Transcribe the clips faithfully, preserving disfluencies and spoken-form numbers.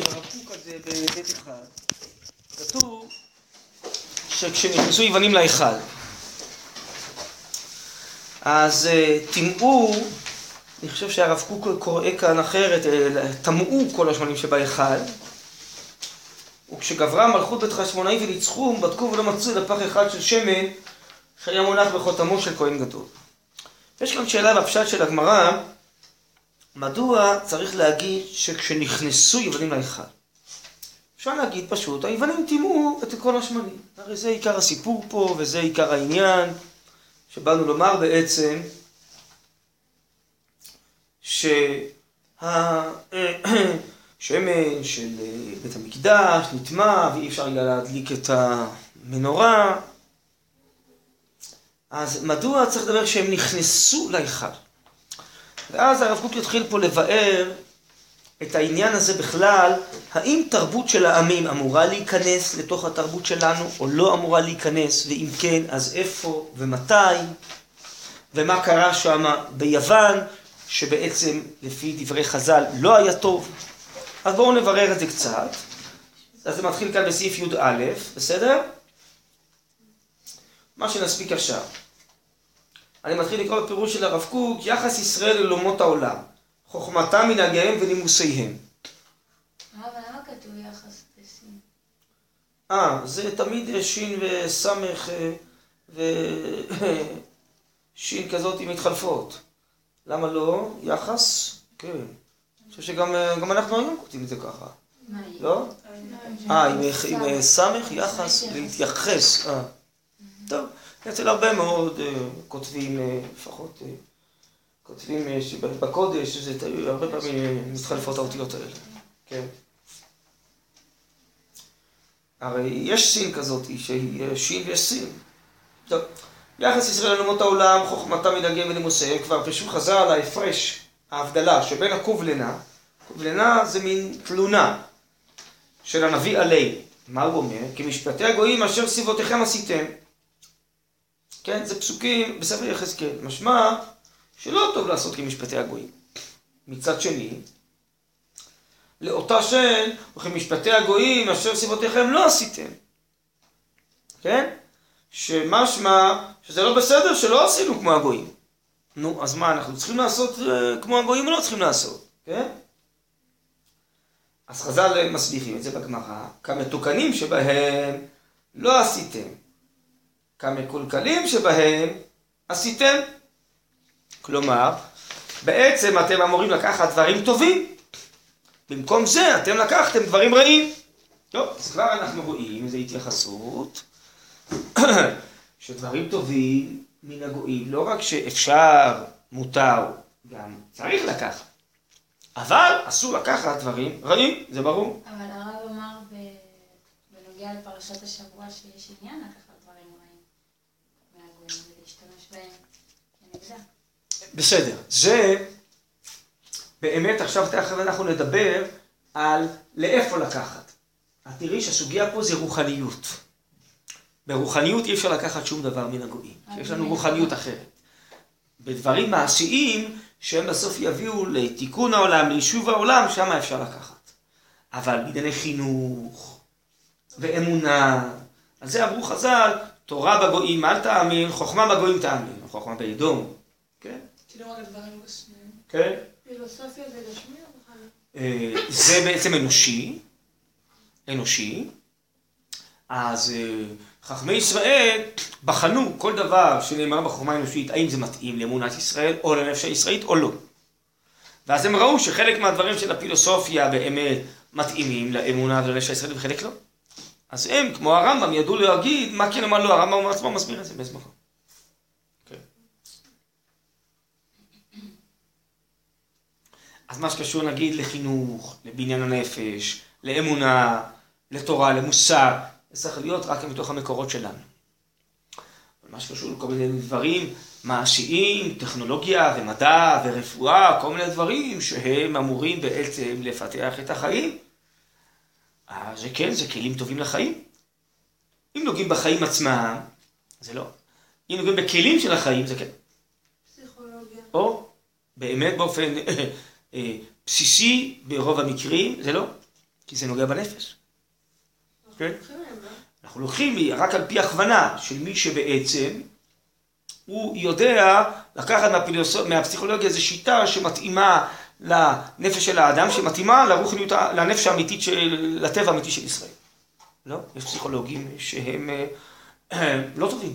של הרב קוק הזה בבית אחד. כתוב שכשנכנסו יוונים להיכל, אז תמעו, אני חושב שהרב קוק קורא כאן אחרת, תמעו כל השמנים שבהיכל, וכשגברה מלכות בית חשמונאי וניצחום, בדקו ולא מצאו לפח אחד של שמן שהיה מונח בחותמו של כהן גדול. יש כאן שאלה בפשט של הגמרא, מדוע צריך להגיד שכשנכנסו יוונים להיכל? אפשר להגיד פשוט, היוונים טימאו את כל השמנים. הרי זה עיקר הסיפור פה, וזה עיקר העניין, שבאנו לומר בעצם, שהשמן של בית המקדש נטמע, ואי אפשר היה להדליק את המנורה. אז מדוע צריך לדבר שהם נכנסו להיכל? ואז הרב קוק יתחיל פה לבאר את העניין הזה בכלל, האם תרבות של העמים אמורה להיכנס לתוך התרבות שלנו או לא אמורה להיכנס, ואם כן, אז איפה ומתי, ומה קרה שם ביוון, שבעצם לפי דברי חז"ל לא היה טוב. אז בואו נברר את זה קצת. אז זה מתחיל כאן בסעיף י"א, בסדר? מה שנספיק עכשיו. אני מתחיל לקרוא בפירוש של הרב קוק, יחס ישראל אל אומות העולם, חוכמתם, מנהגיהם ונימוסיהם. אבל למה כתוב יחס בסין? אה, זה תמיד שין וסמך ושין כזאת מתחלפות. למה לא? יחס? כן. אני חושב שגם גם אנחנו היום כותבים את זה ככה. מה? לא? אה, עם סמך יחס להתייחס. אה. טוב. אצל הרבה מאוד uh, כותבים, uh, לפחות uh, כותבים uh, בקודש, שזה הרבה פעמים מתחלפות האותיות האלה. כן. הרי יש סין כזאת, שהיא שין ויש סין. טוב. יחס ישראל לאומות העולם, חוכמתם, מנהגיהם ונימוסיהם, כבר פשוט חזר על ההפרש, ההבדלה שבין הקובלנה, קובלנה זה מין תלונה של הנביא עלי. מה הוא אומר? כי משפטי הגויים אשר סביבותיכם עשיתם. כן, זה פסוקים בספר יחזקאל, משמע שלא טוב לעשות כמשפטי הגויים. מצד שני, לאותה שן, וכמשפטי הגויים אשר סביבותיכם לא עשיתם. כן? שמשמע שזה לא בסדר שלא עשינו כמו הגויים. נו, אז מה, אנחנו צריכים לעשות uh, כמו הגויים או לא צריכים לעשות? כן? אז חז"ל מסביכים את זה בגמרא, כמתוקנים שבהם לא עשיתם. כמקולקלים שבהם עשיתם. כלומר, בעצם אתם אמורים לקחת דברים טובים. במקום זה אתם לקחתם דברים רעים. טוב, אז כבר אנחנו רואים, זו התייחסות, שדברים טובים מן הגויים, לא רק שאפשר, מותר, גם צריך לקחת. אבל אסור לקחת דברים רעים, זה ברור. אבל הרב אמר בנוגע לפרשת השבוע שיש עניין לקחת. בסדר, זה באמת עכשיו תכף אנחנו נדבר על לאיפה לקחת. את תראי שהסוגיה פה זה רוחניות. ברוחניות אי אפשר לקחת שום דבר מן הגויים, יש לנו רוחניות אחרת. בדברים מעשיים שהם בסוף יביאו לתיקון העולם, ליישוב העולם, שם אפשר לקחת. אבל בענייני חינוך ואמונה, על זה אמרו חז"ל, תורה בגויים אל תאמין, חוכמה בגויים תאמין, חוכמה באדום. כן? כאילו רק הדברים גשמיים. כן? פילוסופיה זה גשמי או בכלל? זה בעצם אנושי, אנושי. אז חכמי ישראל בחנו כל דבר שנאמר בחוכמה האנושית, האם זה מתאים לאמונת ישראל או לנפש הישראלית או לא. ואז הם ראו שחלק מהדברים של הפילוסופיה באמת מתאימים לאמונה ולנפש הישראלית וחלק לא. אז הם, כמו הרמב"ם, ידעו להגיד מה כן ומה לא. הרמב"ם עצמו מסביר את זה באיזה מקום. אז מה שקשור נגיד לחינוך, לבניין הנפש, לאמונה, לתורה, למוסר, זה צריך להיות רק מתוך המקורות שלנו. מה שקשור לכל מיני דברים מעשיים, טכנולוגיה ומדע ורפואה, כל מיני דברים שהם אמורים בעצם לפתח את החיים. אז זה כן, זה כלים טובים לחיים. אם נוגעים בחיים עצמם, זה לא. אם נוגעים בכלים של החיים, זה כן. פסיכולוגיה. או באמת באופן בסיסי ברוב המקרים, זה לא. כי זה נוגע בנפש. כן? אנחנו לוקחים רק על פי הכוונה של מי שבעצם הוא יודע לקחת מהפסיכולוגיה איזו שיטה שמתאימה לנפש של האדם, שמתאימה לרוחניות, לנפש האמיתית, של, לטבע האמיתי של ישראל. לא? יש פסיכולוגים שהם לא טובים.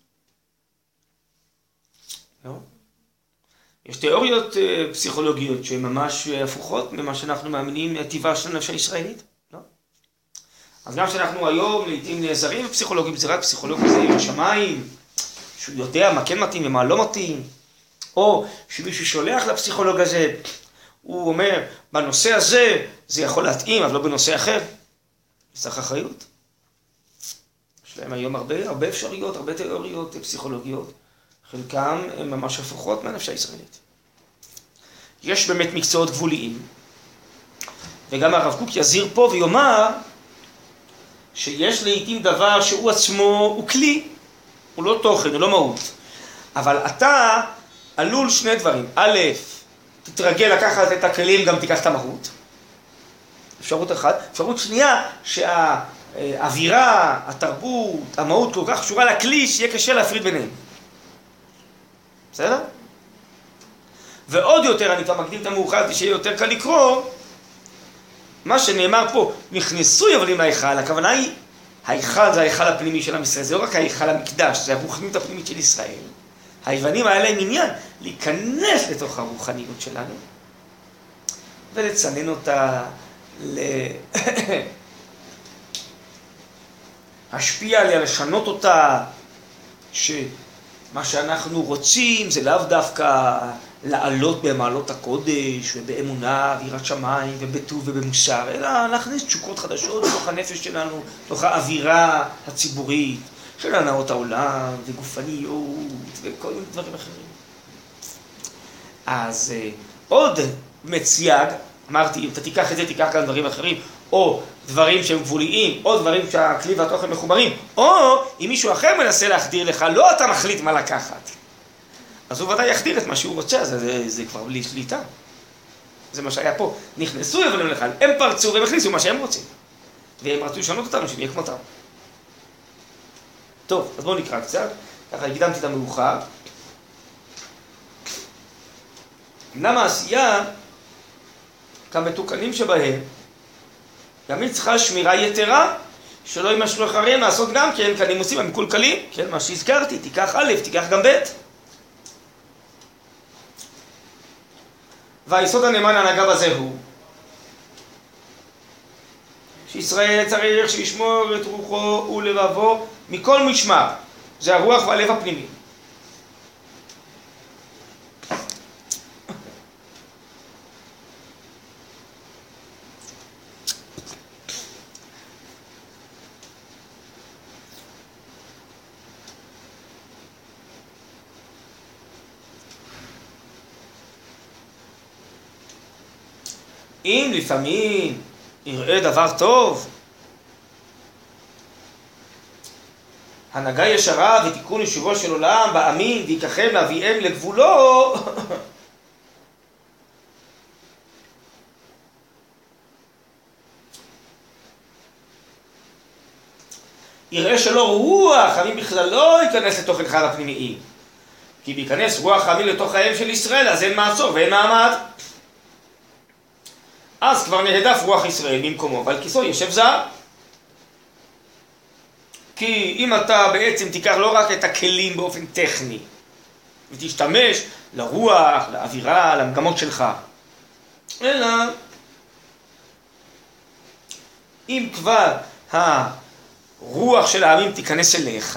לא? יש תיאוריות פסיכולוגיות שהן ממש הפוכות ממה שאנחנו מאמינים טבעה של הנפש הישראלית. לא? אז גם שאנחנו היום לעתים נעזרים בפסיכולוגים, זה רק פסיכולוג זה עם השמיים, שהוא יודע מה כן מתאים ומה לא מתאים, או שמישהו שולח לפסיכולוג הזה, הוא אומר, בנושא הזה זה יכול להתאים, אבל לא בנושא אחר. צריך אחריות. יש להם היום הרבה, הרבה אפשרויות, הרבה תיאוריות פסיכולוגיות. חלקם הן ממש הפוכות מהנפש הישראלית. יש באמת מקצועות גבוליים, וגם הרב קוק יזהיר פה ויאמר שיש לעתים דבר שהוא עצמו, הוא כלי, הוא לא תוכן, הוא לא מהות. אבל אתה עלול שני דברים. א', תתרגל לקחת את הכלים, גם תיקח את המהות. אפשרות אחת. אפשרות שנייה, שהאווירה, התרבות, המהות כל כך קשורה לכלי, שיהיה קשה להפריד ביניהם. בסדר? ועוד יותר, אני כבר מקדים את המאוחד, שיהיה יותר קל לקרוא, מה שנאמר פה, נכנסו יבלים להיכל, הכוונה היא, ההיכל זה ההיכל הפנימי של עם ישראל, זה לא רק ההיכל המקדש, זה הרוחניות הפנימית של ישראל. היוונים היה להם עניין להיכנס לתוך הרוחניות שלנו, ולצנן אותה, להשפיע עליה, לשנות אותה, שמה שאנחנו רוצים זה לאו דווקא לעלות במעלות הקודש ובאמונה, ויראת שמיים ובטוב ובמוסר, אלא להכניס תשוקות חדשות לתוך הנפש שלנו, לתוך האווירה הציבורית של הנאות העולם וגופניות וכל מיני דברים אחרים. אז עוד מצייג, אמרתי, אם אתה תיקח את זה, תיקח גם דברים אחרים, או דברים שהם גבוליים, או דברים שהכלי והתוכן מחוברים, או אם מישהו אחר מנסה להחדיר לך, לא אתה מחליט מה לקחת. אז הוא ודאי יחדיר את מה שהוא רוצה, זה, זה, זה כבר בלי שליטה. זה מה שהיה פה. נכנסו יבלים להיכל, הם פרצו והם הכניסו מה שהם רוצים. והם רצו לשנות אותנו, שנהיה כמותם. טוב, אז בואו נקרא קצת. ככה הקדמתי את המאוחר. אמנם העשייה, כמתוקנים שבהם, גם היא צריכה שמירה יתרה, שלא ימשלו אחריהם לעשות גם כן, כנימוסים המקולקלים, כן, מה שהזכרתי, תיקח א', תיקח גם ב'. והיסוד הנאמן ההנהגה בזה הוא שישראל צריך שישמור את רוחו ולבבו מכל משמר, זה הרוח והלב הפנימי. אם לפעמים יראה דבר טוב, הנהגה ישרה ותיקון ישובו של עולם באמין ויקחם להביאם לגבולו, יראה שלא רוח המין בכלל לא ייכנס לתוך אחד הפנימיים, כי להיכנס רוח המין לתוך האם של ישראל, אז אין מעצור ואין מעמד. אז כבר נהדף רוח ישראל במקומו, ועל כיסו יושב זר. כי אם אתה בעצם תיקח לא רק את הכלים באופן טכני, ותשתמש לרוח, לאווירה, למגמות שלך, אלא אם כבר הרוח של העמים תיכנס אליך,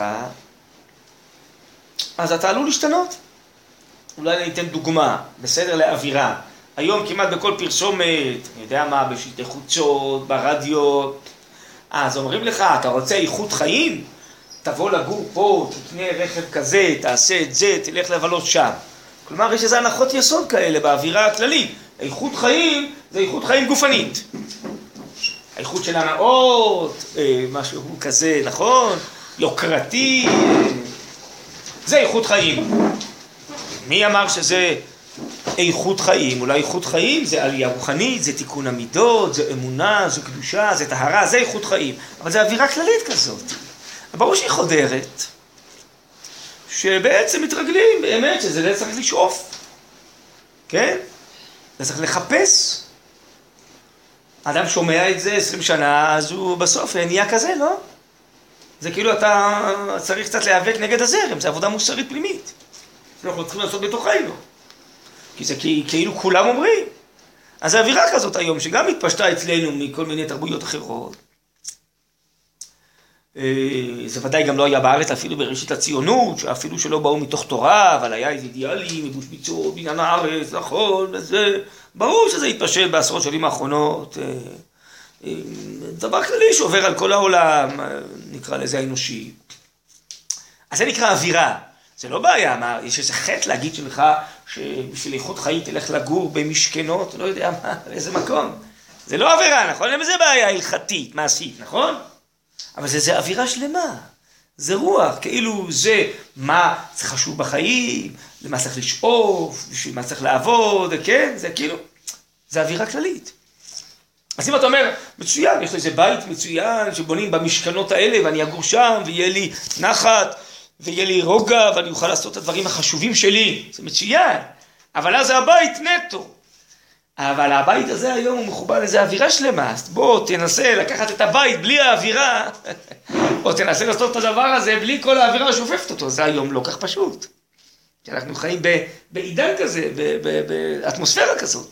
אז אתה עלול להשתנות. אולי ניתן דוגמה, בסדר, לאווירה. היום כמעט בכל פרסומת, אני יודע מה, בשלטי חוצות, ברדיו, אז אומרים לך, אתה רוצה איכות חיים? תבוא לגור פה, תקנה רכב כזה, תעשה את זה, תלך לבלות שם. כלומר, יש איזה הנחות יסוד כאלה באווירה הכללית. איכות חיים זה איכות חיים גופנית. האיכות של הנאות, משהו כזה, נכון? יוקרתי, זה איכות חיים. מי אמר שזה איכות חיים. אולי איכות חיים זה עלייה רוחנית, זה תיקון המידות, זה אמונה, זה קדושה, זה טהרה, זה איכות חיים. אבל זה אווירה כללית כזאת. ברור שהיא חודרת, שבעצם מתרגלים באמת שזה לא צריך לשאוף. כן? זה צריך לחפש. אדם שומע את זה עשרים שנה, אז הוא בסוף נהיה כזה, לא? זה כאילו אתה צריך קצת להיאבק נגד הזרם, זה עבודה מוסרית פנימית. אנחנו צריכים לעשות בתוכנו. כי זה כאילו כולם אומרים. אז האווירה כזאת היום, שגם התפשטה אצלנו מכל מיני תרבויות אחרות. זה ודאי גם לא היה בארץ אפילו בראשית הציונות, שאפילו שלא באו מתוך תורה, אבל היה איזה אידיאלי, מבוש ביצור, בניין הארץ, נכון, וזה... ברור שזה התפשט בעשרות שנים האחרונות. דבר כללי שעובר על כל העולם, נקרא לזה האנושי. אז זה נקרא אווירה. זה לא בעיה, מה, יש איזה חטא להגיד שלך שבשביל איכות חיים תלך לגור במשכנות, לא יודע מה, באיזה מקום. זה לא אווירה, נכון? אין בזה בעיה הלכתית, מעשית, נכון? אבל זה, זה אווירה שלמה. זה רוח, כאילו זה מה חשוב בחיים, למה צריך לשאוף, בשביל מה צריך לעבוד, כן? זה כאילו, זה אווירה כללית. אז אם אתה אומר, מצוין, יש לי איזה בית מצוין שבונים במשכנות האלה ואני אגור שם ויהיה לי נחת ויהיה לי רוגע ואני אוכל לעשות את הדברים החשובים שלי, זה מצוין. אבל אז זה הבית נטו. אבל הבית הזה היום הוא מחובר לאיזה אווירה שלמה, אז בוא תנסה לקחת את הבית בלי האווירה, או תנסה לעשות את הדבר הזה בלי כל האווירה שופפת אותו, זה היום לא כך פשוט. כי אנחנו חיים בעידן כזה, באטמוספירה כזאת.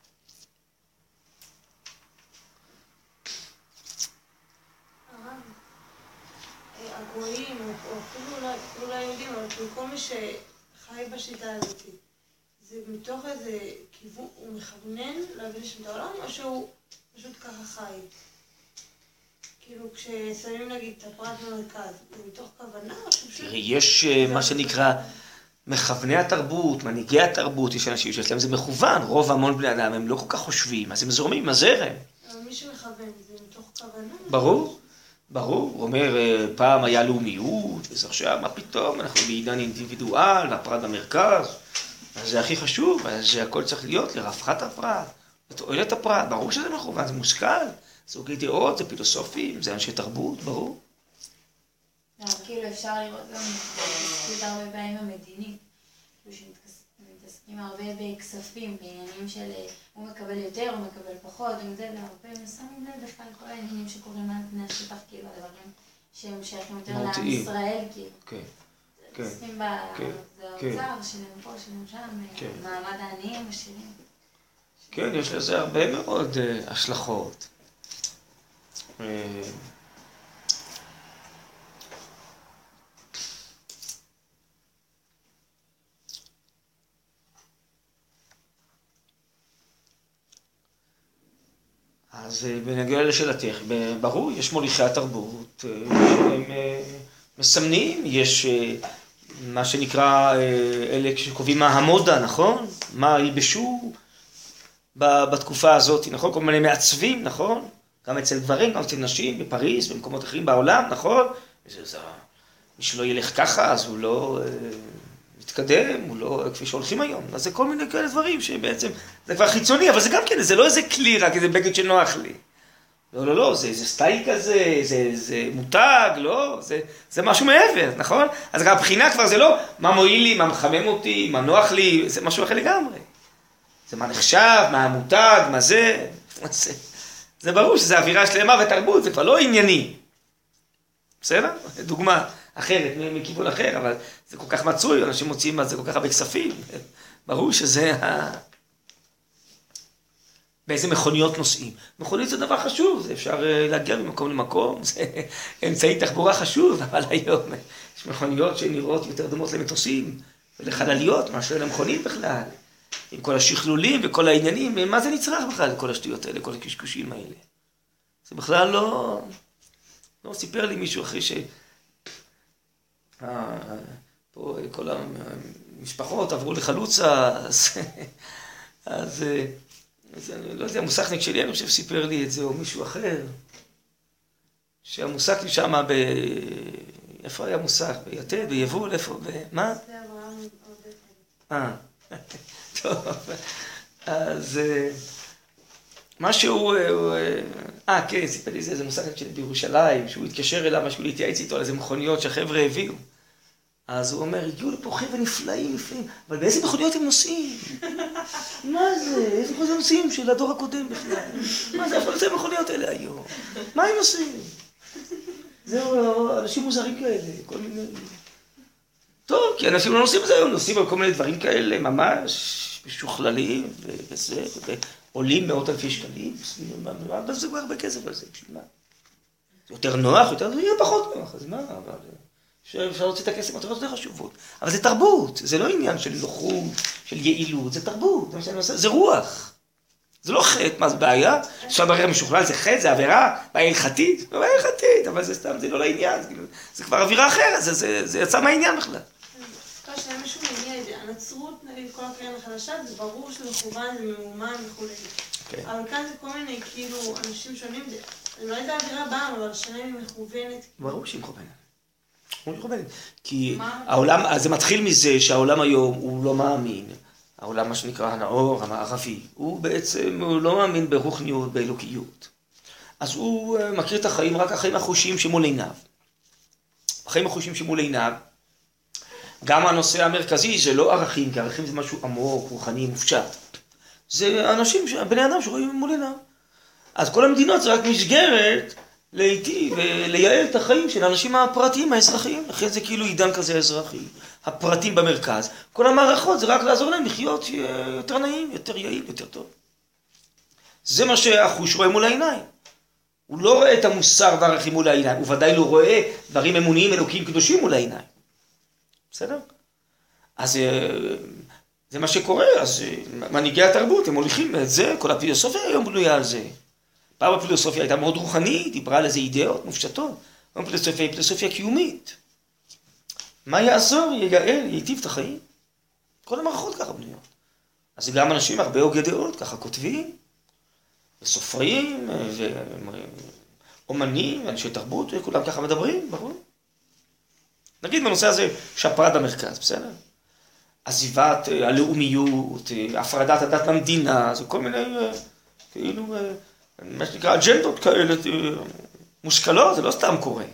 הגויים, או אפילו לא יהודים, אבל כל מי שחי בשיטה הזאת, זה מתוך איזה כיוון, הוא מכוונן להביא לשם את העולם, או שהוא פשוט ככה חי? כאילו, כששמים נגיד את הפרט במרכז, זה מתוך כוונה, או שפשוט... תראי, יש מה שנקרא מכווני התרבות, מנהיגי התרבות, יש אנשים שיש להם זה מכוון, רוב המון בני אדם, הם לא כל כך חושבים, אז הם זורמים עם הזרם. אבל מי שמכוון, זה מתוך כוונה? ברור, ברור. הוא אומר, פעם היה לאומיות, אז עכשיו, מה פתאום, אנחנו בעידן אינדיבידואל, הפרט במרכז. אז זה הכי חשוב, אז הכל צריך להיות לרווחת הפרט, לתועלת הפרט, ברור שזה מכוון, זה מושכל, זה הוגי דעות, זה פילוסופים, זה אנשי תרבות, ברור. כאילו אפשר לראות גם התעסקות הרבה פעמים המדינית, כאילו שמתעסקים הרבה בכספים, בעניינים של הוא מקבל יותר, הוא מקבל פחות, עם זה להרבה, ושמים לב בכלל כל העניינים שקורים על פני השטח, כאילו הדברים שהם שייכים יותר לעם ישראל, כאילו. כן. מתעסקים באוצר, שלהם פה, שלהם שם, מעמד העניים, השירים. כן, יש לזה הרבה מאוד השלכות. אז בנגיע לשאלתך, ברור, יש מוליכי התרבות, הם מסמנים, יש מה שנקרא אלה שקובעים מה המודה, נכון? מה ילבשו בתקופה הזאת, נכון? כל מיני מעצבים, נכון? גם אצל גברים, גם אצל נשים, בפריז, במקומות אחרים בעולם, נכון? מי שלא ילך ככה, אז הוא לא מתקדם, הוא לא כפי שהולכים היום. אז זה כל מיני כאלה דברים שבעצם, זה כבר חיצוני, אבל זה גם כן, זה לא איזה כלי, רק איזה בגד שנוח לי. לא, לא, לא, זה, זה סטייל כזה, זה, זה מותג, לא, זה, זה משהו מעבר, נכון? אז רק הבחינה כבר זה לא מה מועיל לי, מה מחמם אותי, מה נוח לי, זה משהו אחר לגמרי. זה מה נחשב, מה המותג, מה זה, זה, זה ברור שזה אווירה שלמה ותרבות, זה כבר לא ענייני. בסדר? דוגמה אחרת, מכיוון אחר, אבל זה כל כך מצוי, אנשים מוצאים על זה כל כך הרבה כספים. ברור שזה ה... באיזה מכוניות נוסעים. מכונית זה דבר חשוב, זה אפשר להגיע ממקום למקום, זה אמצעי תחבורה חשוב, אבל היום יש מכוניות שנראות יותר דומות למטוסים ולחלליות, משהו למכונית בכלל, עם כל השכלולים וכל העניינים, מה זה נצרך בכלל, כל השטויות האלה, כל הקשקושים האלה. זה בכלל לא... לא סיפר לי מישהו אחרי ש... פה כל המשפחות עברו לחלוצה, אז... אז... אז אני לא יודע, המוסכניק שלי, אני חושב סיפר לי את זה, או מישהו אחר, שהמוסכניק שם ב... איפה היה מוסך? ביתד, ביבול, איפה? מה? זה אברהם עודד. אה, טוב, אז משהו, אה, כן, סיפר לי זה, זה מושג שלי בירושלים, שהוא התקשר אליו, משהו להתייעץ איתו על איזה מכוניות שהחבר'ה הביאו. אז הוא אומר, הגיעו לפה חבר'ה נפלאים, נפלאים, אבל באיזה מכוניות הם נוסעים? מה זה? איזה מכוניות הם נוסעים של הדור הקודם בכלל? מה זה? איפה נוסעים המכוניות האלה היום? מה הם נוסעים? זהו, אנשים מוזרים כאלה, כל מיני... טוב, כי אנשים לא נוסעים בזה היום, נוסעים על כל מיני דברים כאלה, ממש משוכללים, וזה, ועולים מאות אלפי שקלים, אבל זה כבר הרבה כסף על זה, בשביל מה? זה יותר נוח, יותר, זה יהיה פחות נוח, אז מה? אבל... אפשר להוציא את הכסף, מטרות יותר חשובות. אבל זה תרבות, זה לא עניין של נוחות, של יעילות, זה תרבות, זה, מה זה רוח. זה לא חטא, מה זה בעיה? עכשיו ברגע משוכלל זה חטא, זה עבירה, בעיה הלכתית, בעיה הלכתית, אבל זה סתם, זה לא לעניין, זה, זה כבר אווירה אחרת, זה, זה, זה יצא מהעניין בכלל. טוב, שהיה משהו מעניין, הנצרות, נגיד כל הקרן החדשה, זה ברור שזה מכוון, זה ממומן וכו'. אבל כאן זה כל מיני, כאילו, אנשים שונים, אני לא יודעת אווירה בעם, אבל השנה היא מכוונת. ברור שהיא מכוונת. כי העולם, זה מתחיל מזה שהעולם היום הוא לא מאמין, העולם מה שנקרא הנאור, המערבי, הוא בעצם הוא לא מאמין ברוחניות, באלוקיות. אז הוא מכיר את החיים, רק החיים החושיים שמול עיניו. החיים החושיים שמול עיניו, גם הנושא המרכזי זה לא ערכים, כי ערכים זה משהו עמוק, רוחני, מופשט. זה אנשים, בני אדם שרואים מול עיניו. אז כל המדינות זה רק מסגרת, להיטיב ולייעל את החיים של האנשים הפרטיים, האזרחיים. לכן זה כאילו עידן כזה אזרחי. הפרטים במרכז. כל המערכות זה רק לעזור להם לחיות יותר נעים, יותר יעיל, יותר טוב. זה מה שהחוש רואה מול העיניים. הוא לא רואה את המוסר והערכים מול העיניים. הוא ודאי לא רואה דברים אמוניים, אלוקיים, קדושים מול העיניים. בסדר? אז זה מה שקורה. אז מנהיגי התרבות, הם הולכים את זה, כל הפילוסופיה היום בנויה על זה. פעם הפילוסופיה הייתה מאוד רוחנית, דיברה על איזה אידאות מופשטות. פעם הפילוסופיה היא פילוסופיה קיומית. מה יעזור, ייעל, ייטיב את החיים? כל המערכות ככה בנויות. אז גם אנשים הרבה הוגי דעות, ככה כותבים, וסופרים, ואומנים, אנשי תרבות, וכולם ככה מדברים, ברור. נגיד בנושא הזה, שפרד המרכז, בסדר? עזיבת הלאומיות, הפרדת הדת מהמדינה, זה כל מיני, כאילו... מה שנקרא אג'נדות כאלה מושכלות, זה לא סתם קורה.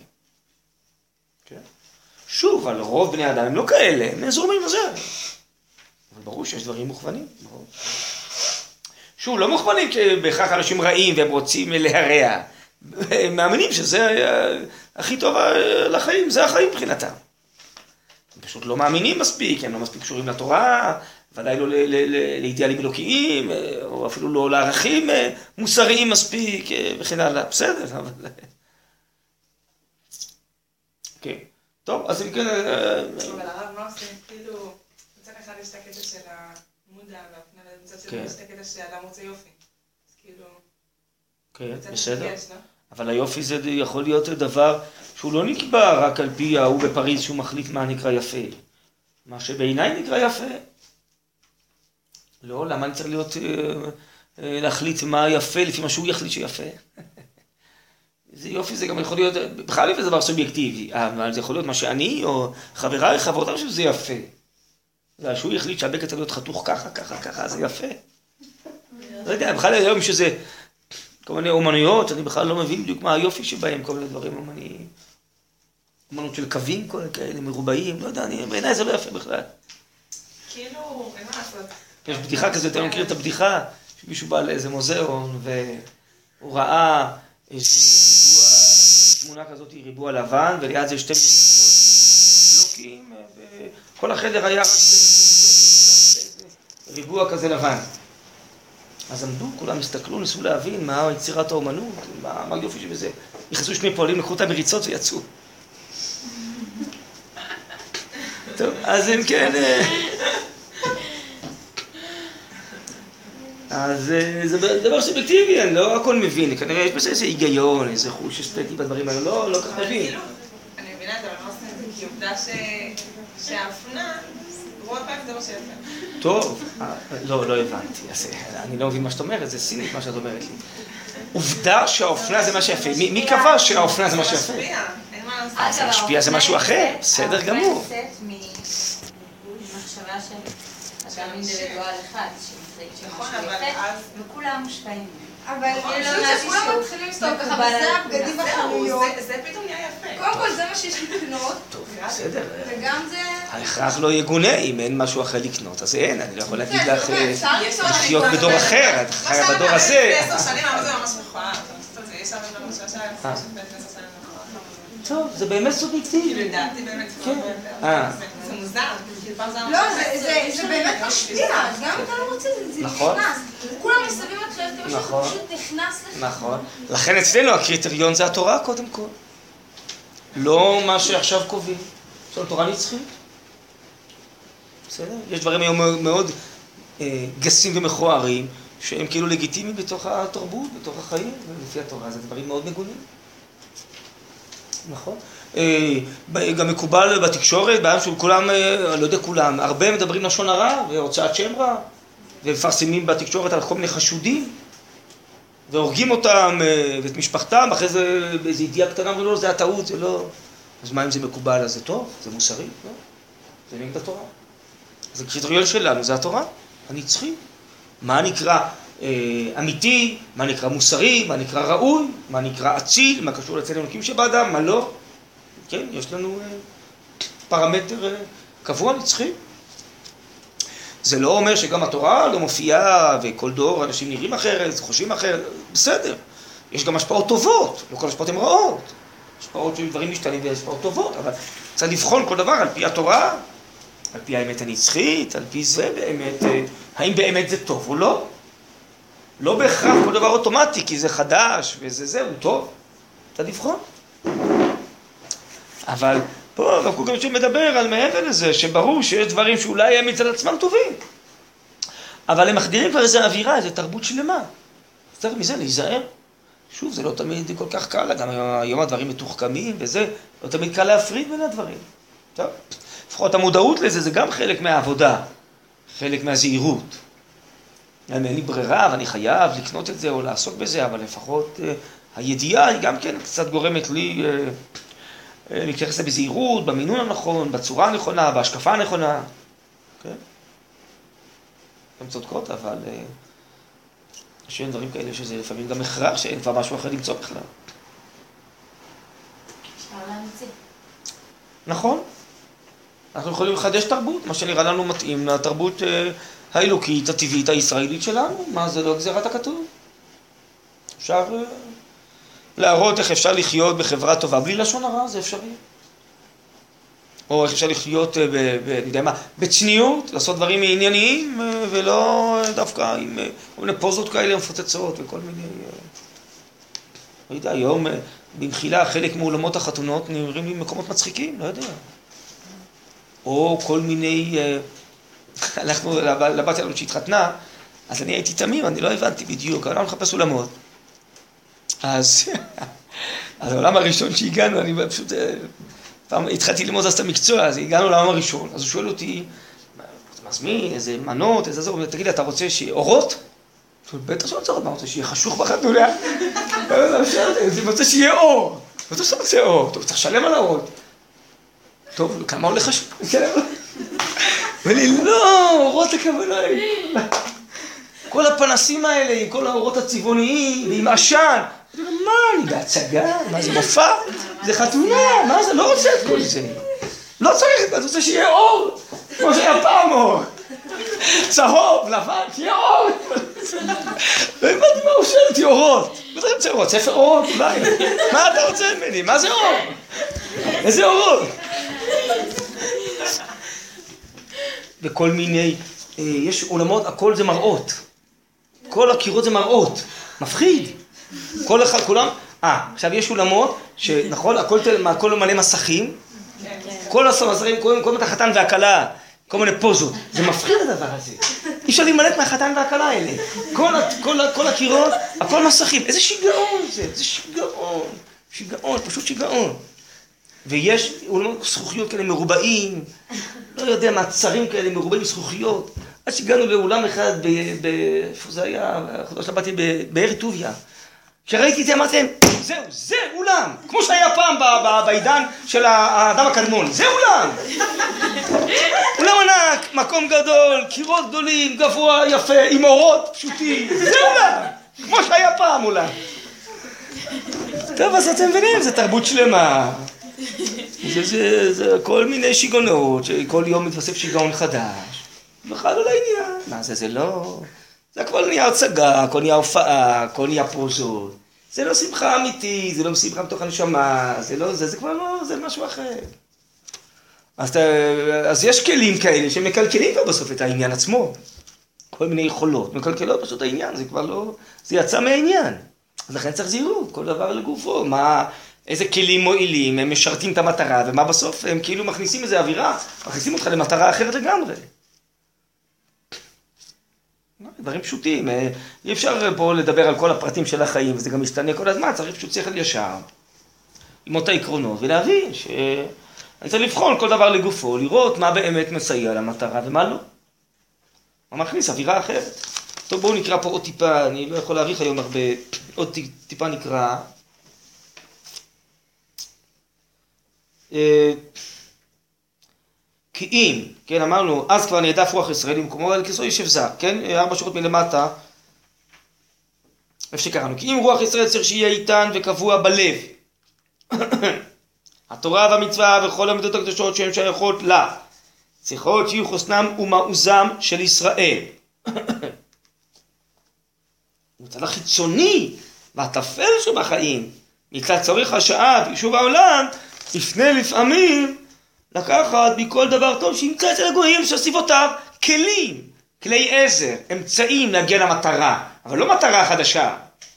שוב, על רוב בני אדם הם לא כאלה, הם זורמים לזה. אבל ברור שיש דברים מוכוונים. שוב, לא מוכוונים בהכרח אנשים רעים והם רוצים להרע. הם מאמינים שזה הכי טוב לחיים, זה החיים מבחינתם. הם פשוט לא מאמינים מספיק, הם לא מספיק קשורים לתורה, ודאי לא לאידיאלים אלוקיים, או אפילו לא לערכים מוסריים מספיק, וכן הלאה. בסדר, אבל... כן. טוב, אז אם כן... אבל הרב, מה עושים? כאילו, מצד אחד יש את הקטע של המודע והפניה, ומצד שני יש את הקטע שהאדם רוצה יופי. אז כאילו... כן, בסדר. אבל היופי זה יכול להיות דבר שהוא לא נקבע רק על פי ההוא בפריז שהוא מחליט מה נקרא יפה. מה שבעיניי נקרא יפה. לא, למה אני צריך להיות, להחליט מה יפה לפי מה שהוא יחליט שיפה? זה יופי, זה גם יכול להיות, בכלל יפה זה דבר סובייקטיבי, אבל זה יכול להיות מה שאני או חבריי, חברותיי, שזה יפה. זה שהוא יחליט שהבקע צריך להיות חתוך ככה, ככה, ככה, זה יפה. לא יודע, בכלל היום שזה כל מיני אומנויות, אני בכלל לא מבין בדיוק מה היופי שבהם, כל מיני דברים אומניים. אומנות של קווים כאלה, מרובעים, לא יודע, בעיניי זה לא יפה בכלל. כאילו, אין מה לעשות. יש בדיחה כזאת, אתה מכיר את הבדיחה, שמישהו בא לאיזה מוזיאון והוא ראה איזה ריבוע, תמונה כזאת היא ריבוע לבן, וליד זה שתי מריצות בלוקים, וכל החדר היה רק שתי מריצות בלוקים, ריבוע כזה לבן. אז עמדו, כולם הסתכלו, ניסו להבין מה יצירת האומנות, מה היופי שבזה. נכנסו שני פועלים, לקחו את המריצות ויצאו. טוב, אז אם כן... אז זה דבר סובייקטיבי, אני לא הכל מבין, כנראה יש בזה איזה היגיון, איזה חוש אסתטי בדברים האלה, לא, לא כך מבין. אני מבינה את זה, אבל לא עושים את זה, כי עובדה שהאפנה, רוב הפעמים זה לא שיפה. טוב, לא, לא הבנתי, אני לא מבין מה שאת אומרת, זה סינית מה שאת אומרת לי. עובדה שהאופנה זה מה שיפה, מי קבע שהאופנה זה מה שיפה? משפיע, אין מה לעשות. זה משפיע, זה משהו אחר, בסדר גמור. האופנה יוצאת ממחשבה של שם אינדיבידואל אחד, שמחליט נכון, שמשהו אבל יפה, אז... וכולם מושפעים. אבל אני חושבת שכולם מתחילים לסתום ככה, וזה הבגדים בחנויות. זה פתאום נהיה יפה. קודם כל זה מה שיש לקנות, טוב, בסדר. וגם זה... ההכרח לא יגונה, אם אין משהו אחר לקנות, אז אין, אני לא יכול להגיד לך זה אומר, אפשר למצוא לחיות להם בדור כל אחר, את חיה בדור הזה. לפני עשר שנים, אבל זה ממש מכוער. יש שם ממש שעשיים, לפני עשר שנים מכוער. טוב, זה באמת סובייקטיבי. כאילו, לדעתי באמת, זה מוזר. לא, זה באמת משפיע, גם אם אתה לא רוצה, זה נכנס. כולם מסביב לתחילת המשהו, זה פשוט נכנס לך. נכון. לכן אצלנו הקריטריון זה התורה קודם כל. לא מה שעכשיו קובעים. זאת תורה נצחית. בסדר? יש דברים היום מאוד גסים ומכוערים, שהם כאילו לגיטימיים בתוך התרבות, בתוך החיים, ולפי התורה. זה דברים מאוד מגונים. נכון. גם מקובל בתקשורת, בעם של כולם, אני לא יודע כולם, הרבה מדברים לשון הרע והוצאת שם רע, ומפרסמים בתקשורת על כל מיני חשודים, והורגים אותם ואת משפחתם, אחרי זה באיזו ידיעה קטנה, ולא, זה הטעות, זה לא... אז מה אם זה מקובל, אז זה טוב, זה מוסרי, לא? זה נגד התורה. אז הקריטריון שלנו זה התורה, הנצחי. מה נקרא אה, אמיתי, מה נקרא מוסרי, מה נקרא ראוי, מה נקרא אציל, מה קשור לצל אלוקים שבאדם, מה לא. כן, יש לנו אה, פרמטר אה, קבוע נצחי. זה לא אומר שגם התורה לא מופיעה, וכל דור אנשים נראים אחרת, חושבים אחרת, בסדר. יש גם השפעות טובות, לא כל השפעות הן רעות. השפעות של דברים משתנים והשפעות טובות, אבל צריך לבחון כל דבר על פי התורה, על פי האמת הנצחית, על פי זה באמת, האם באמת זה טוב או לא. לא בהכרח כל דבר אוטומטי, כי זה חדש וזה זה, הוא טוב. צריך לבחון. אבל פה הרב קוק גם שמדבר על מעבר לזה, שברור שיש דברים שאולי הם מצד עצמם טובים. אבל הם מחדירים כבר איזו אווירה, איזו תרבות שלמה. צריך מזה להיזהר. שוב, זה לא תמיד כל כך קל, גם היום הדברים מתוחכמים וזה, לא תמיד קל להפריד בין הדברים. טוב. לפחות המודעות לזה, זה גם חלק מהעבודה, חלק מהזהירות. אין לי ברירה ואני חייב לקנות את זה או לעסוק בזה, אבל לפחות uh, הידיעה היא גם כן קצת גורמת לי uh, uh, להתייחס בזהירות, במינון הנכון, בצורה הנכונה, בהשקפה הנכונה. כן? הן צודקות, אבל uh, שאין דברים כאלה שזה לפעמים גם הכרח, שאין כבר משהו אחר למצוא בכלל. אפשר להמציא. נכון. אנחנו יכולים לחדש תרבות, מה שנראה לנו מתאים לתרבות אה, האלוקית, הטבעית, הישראלית שלנו. מה זה לא גזירת הכתוב? אפשר אה, להראות איך אפשר לחיות בחברה טובה בלי לשון הרע, זה אפשרי. או איך אפשר לחיות, אה, ב, ב, אני יודע מה, בצניעות, לעשות דברים ענייניים, אה, ולא דווקא עם אה, כל מיני פוזות כאלה מפוצצות וכל מיני... אה, לא יודע, היום אה, במחילה חלק מאולמות החתונות נראים לי מקומות מצחיקים, לא יודע. או כל מיני, הלכנו לבת שלנו שהתחתנה, אז אני הייתי תמים, אני לא הבנתי בדיוק, אני לא מחפש אולמות. אז, אז העולם הראשון שהגענו, אני פשוט, פעם התחלתי ללמוד אז את המקצוע, אז הגענו לעולם הראשון, אז הוא שואל אותי, אתה מזמין, איזה מנות, איזה זה, תגיד לי, אתה רוצה שיהיה אורות? בטח שאני רוצה אורות, מה רוצה שיהיה חשוך בחתונה? אני רוצה שיהיה אור, מה אתה רוצה אור? טוב, צריך לשלם על האורות. טוב, כמה הולך חשוב? ואני, לא, אורות הכוונה. כל הפנסים האלה, עם כל האורות הצבעוניים, ועם עשן. מה, אני בהצגה? מה זה מופע? זה חתונה, מה זה? לא רוצה את כל זה. לא צריך, אני רוצה שיהיה אור. כמו שהיה פעם אור. צהוב, לבן, שיהיה אור. והבנתי מה הוא שואל אותי, אורות. מה אתה רוצה אורות? ספר אורות, אולי. מה אתה רוצה ממני? מה זה אור? איזה אורות? וכל מיני, יש עולמות, הכל זה מראות. כל הקירות זה מראות. מפחיד. כל אחד, כולם, אה, עכשיו יש עולמות, שנכון, הכל, הכל מלא מסכים. כל המסכים, כל מיני החתן והכלה, כל מיני פוזות. זה מפחיד הדבר הזה. אי אפשר להימלט מהחתן והכלה האלה. כל, כל, כל הקירות, הכל מסכים. איזה שיגעון זה, איזה שיגעון. שיגעון, פשוט שיגעון. ויש אולמות זכוכיות כאלה מרובעים, לא יודע, מעצרים כאלה מרובעים זכוכיות. עד שהגענו לאולם אחד, איפה זה היה, החודש לבאתי באר טוביה, כשראיתי את זה אמרתם, זהו, זה אולם, כמו שהיה פעם ב- ב- בעידן של האדם הקדמון, זה אולם. אולם ענק, מקום גדול, קירות גדולים, גבוה, יפה, עם אורות פשוטים, זה אולם, כמו שהיה פעם אולם. טוב, אז אתם מבינים, זה תרבות שלמה. זה, זה, זה כל מיני שיגעונות, שכל יום מתווסף שיגעון חדש. בכלל לא לעניין. מה זה, זה לא... זה הכל נהיה הצגה, הכל נהיה הופעה, הכל נהיה פרוזות. זה לא שמחה אמיתית, זה לא שמחה מתוך הנשמה, זה לא זה, זה כבר לא, זה משהו אחר. אז, אז יש כלים כאלה שמקלקלים כבר בסוף את העניין עצמו. כל מיני יכולות, מקלקלות פשוט העניין, זה כבר לא... זה יצא מהעניין. אז לכן צריך זהירות, כל דבר לגופו, מה... איזה כלים מועילים, הם משרתים את המטרה, ומה בסוף הם כאילו מכניסים איזה אווירה, מכניסים אותך למטרה אחרת לגמרי. דברים פשוטים, אי אפשר פה לדבר על כל הפרטים של החיים, וזה גם משתנה כל הזמן, צריך פשוט שכל ישר, עם אותה עקרונות, ולהבין שאני צריך לבחון כל דבר לגופו, לראות מה באמת מסייע למטרה ומה לא. מה מכניס אווירה אחרת. טוב, בואו נקרא פה עוד טיפה, אני לא יכול להאריך היום הרבה, עוד טיפה נקרא. כי אם, כן, אמרנו, אז כבר נעדף רוח ישראלי במקומו, על כסו ישב זר, כן, ארבע שורות מלמטה, איפה שקראנו, כי אם רוח ישראל צריך שיהיה איתן וקבוע בלב, התורה והמצווה וכל המידות הקדושות שהן שייכות לה, צריכות שיהיו חוסנם ומעוזם של ישראל. מצד החיצוני והטפל שבחיים, מצד צורך השעה ויישוב העולם, יפנה לפעמים לקחת מכל דבר טוב שימצא אצל הגויים שסביבותיו כלים, כלי עזר, אמצעים להגיע למטרה, אבל לא מטרה חדשה.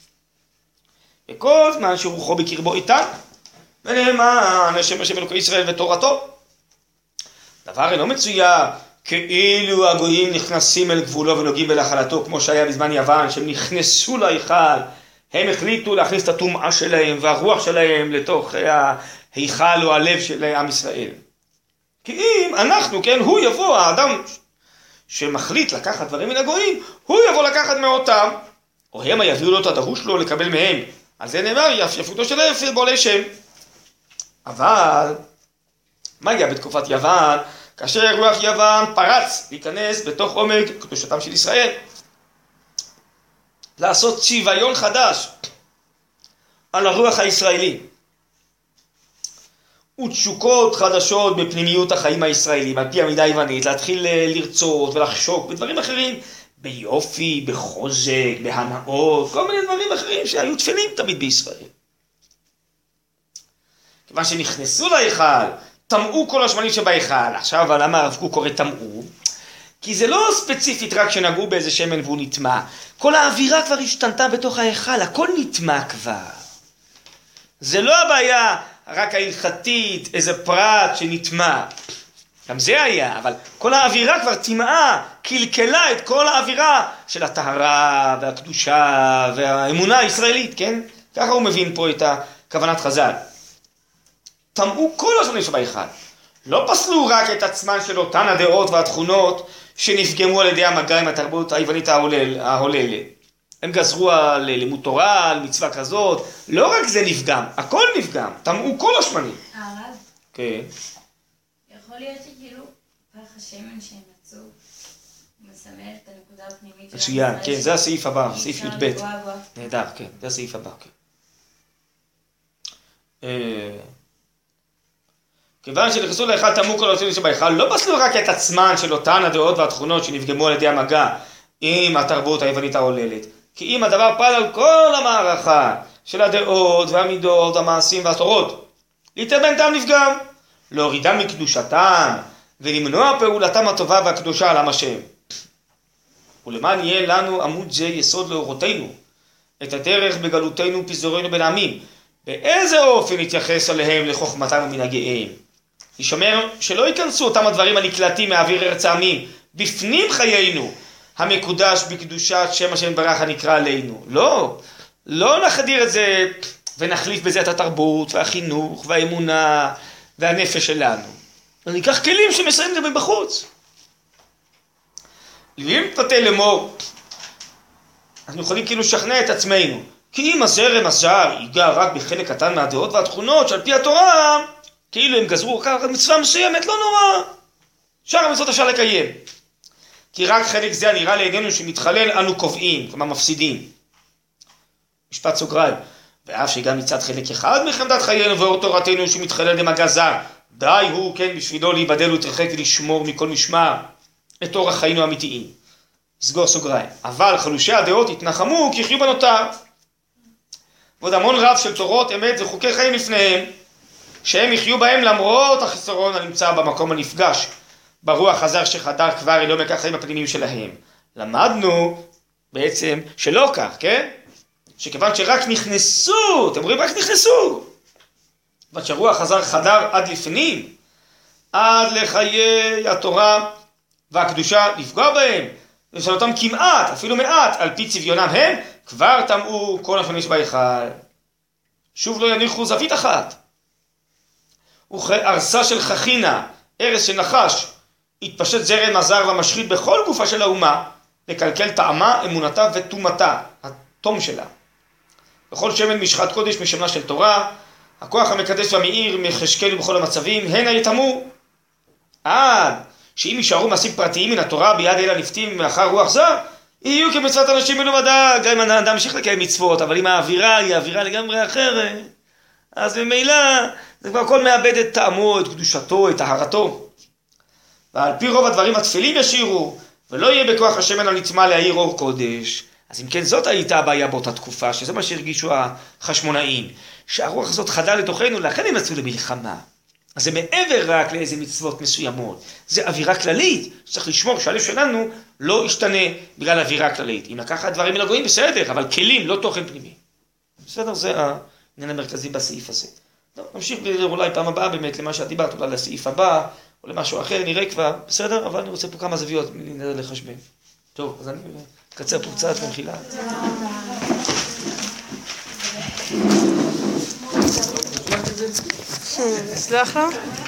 וכל זמן שרוחו בקרבו איתן, ונאמן לשם השם אלוקי ישראל ותורתו. דבר אינו מצויה כאילו הגויים נכנסים אל גבולו ונוגעים בנחלתו, כמו שהיה בזמן יוון, שהם נכנסו להיכל, הם החליטו להכניס את הטומאה שלהם והרוח שלהם לתוך ההיכל או הלב של עם ישראל. כי אם אנחנו, כן, הוא יבוא, האדם שמחליט לקחת דברים מן הגויים, הוא יבוא לקחת מאותם, או הם יביאו לו את הדרוש לו לקבל מהם. על זה נאמר, יפותו של אפל בעולי שם. אבל, מה היה בתקופת יוון? כאשר רוח יוון פרץ להיכנס בתוך עומק קדושתם של ישראל. לעשות צביון חדש על הרוח הישראלי. ותשוקות חדשות בפנימיות החיים הישראלים, על פי המידה היוונית, להתחיל לרצות ולחשוק בדברים אחרים, ביופי, בחוזק, בהנאות, כל מיני דברים אחרים שהיו תפלים תמיד בישראל. כיוון שנכנסו להיכל, טמאו כל השמנים שבהיכל. עכשיו, למה הרב קוק קורא טמאו? כי זה לא ספציפית רק שנגעו באיזה שמן והוא נטמע. כל האווירה כבר השתנתה בתוך ההיכל, הכל נטמע כבר. זה לא הבעיה רק ההלכתית, איזה פרט שנטמע. גם זה היה, אבל כל האווירה כבר טמעה, קלקלה את כל האווירה של הטהרה והקדושה והאמונה הישראלית, כן? ככה הוא מבין פה את הכוונת חז"ל. טמאו כל השמנים שבהיכל. לא פסלו רק את עצמן של אותן הדעות והתכונות שנפגמו על ידי המגע עם התרבות היוונית ההוללת. הם גזרו על לימוד תורה, על מצווה כזאת, לא רק זה נפגם, הכל נפגם, טמאו כל השמנים. הרב? כן. יכול להיות שכאילו פח השמן שהם מצאו מסמל את הנקודה הפנימית של... מצוין, כן, זה הסעיף הבא, סעיף י"ב. נהדר, כן, זה הסעיף הבא, כן. כיוון שנכנסו להיכל טמאו כל השמנים שבהיכל, לא פסלו רק את עצמן של אותן הדעות והתכונות שנפגמו על ידי המגע עם התרבות היוונית ההוללת. כי אם הדבר פעל על כל המערכה של הדעות והמידות, המעשים והתורות, להתאבן טעם נפגם, להורידם מקדושתם ולמנוע פעולתם הטובה והקדושה על עם השם. ולמען יהיה לנו עמוד זה יסוד לאורותינו, את הדרך בגלותנו פיזורנו בין העמים, באיזה אופן נתייחס עליהם לחוכמתם ומנהגיהם. ישמר שלא ייכנסו אותם הדברים הנקלטים מהאוויר ארץ העמים בפנים חיינו, המקודש בקדושת שם השם ברך הנקרא עלינו. לא, לא נחדיר את זה ונחליף בזה את התרבות והחינוך והאמונה והנפש שלנו. ניקח כלים שמסיימים את זה בחוץ. אם נתפתה לאמור, אנחנו יכולים כאילו לשכנע את עצמנו, כי אם הזרם הזר ייגע רק בחלק קטן מהדעות והתכונות שעל פי התורה, כאילו הם גזרו רק מצווה מסוימת, לא נורא. שאר המצוות אפשר לקיים. כי רק חלק זה הנראה לעינינו שמתחלל אנו קובעים, כלומר מפסידים. משפט סוגריים. ואף שגם מצד חלק אחד מחמדת חיינו ואור תורתנו שמתחלל למגע זר, די הוא כן בשבילו להיבדל ולהתרחק ולשמור מכל משמר את אורח חיינו האמיתיים. סגור סוגריים. אבל חלושי הדעות התנחמו כי יחיו בנותר. ועוד המון רב של תורות אמת וחוקי חיים לפניהם, שהם יחיו בהם למרות החיסרון הנמצא במקום הנפגש, ברוח הזר שחדר כבר אלו מקח חיים הפנימיים שלהם. למדנו בעצם שלא כך, כן? שכיוון שרק נכנסו, אתם רואים, רק נכנסו, אבל שהרוח הזר חדר עד לפנים, עד לחיי התורה והקדושה לפגוע בהם, ולשנותם כמעט, אפילו מעט, על פי צביונם הם, כבר טמאו כל השמש בהיכל. שוב לא יניחו זווית אחת. וכארסה של חכינה, ארס של נחש, התפשט זרם הזר והמשחית בכל גופה של האומה, לקלקל טעמה, אמונתה וטומאתה, התום שלה. בכל שמן משחת קודש משמנה של תורה, הכוח המקדש והמאיר מחשקנו בכל המצבים, הן היתמו. עד שאם יישארו מעשים פרטיים מן התורה ביד אל הנפתים מאחר רוח זר, יהיו כמצוות אנשים מלומדה, גם אם האדם המשיך לקיים מצוות, אבל אם האווירה היא אווירה לגמרי אחרת, אז ממילא זה כבר הכל מאבד את טעמו, את קדושתו, את טהרתו. ועל פי רוב הדברים התפלים ישירו, ולא יהיה בכוח השמן הנצמא להאיר אור קודש. אז אם כן, זאת הייתה הבעיה באותה תקופה, שזה מה שהרגישו החשמונאים, שהרוח הזאת חדה לתוכנו, לכן הם יצאו למלחמה. אז זה מעבר רק לאיזה מצוות מסוימות, זה אווירה כללית, שצריך לשמור שהלב שלנו לא ישתנה בגלל אווירה כללית. אם לקחת דברים מלגויים בסדר, אבל כלים, לא תוכן פנימי. בסדר, זה העניין המרכזי בסעיף הזה. טוב, נמשיך אולי פעם הבאה באמת למה שאת דיברת, אולי לסעיף הבא, או למשהו אחר, נראה כבר, בסדר, אבל אני רוצה פה כמה זוויות, נדע לחשבן. טוב, אז אני אקצר פה קצת במחילה. סלח לו?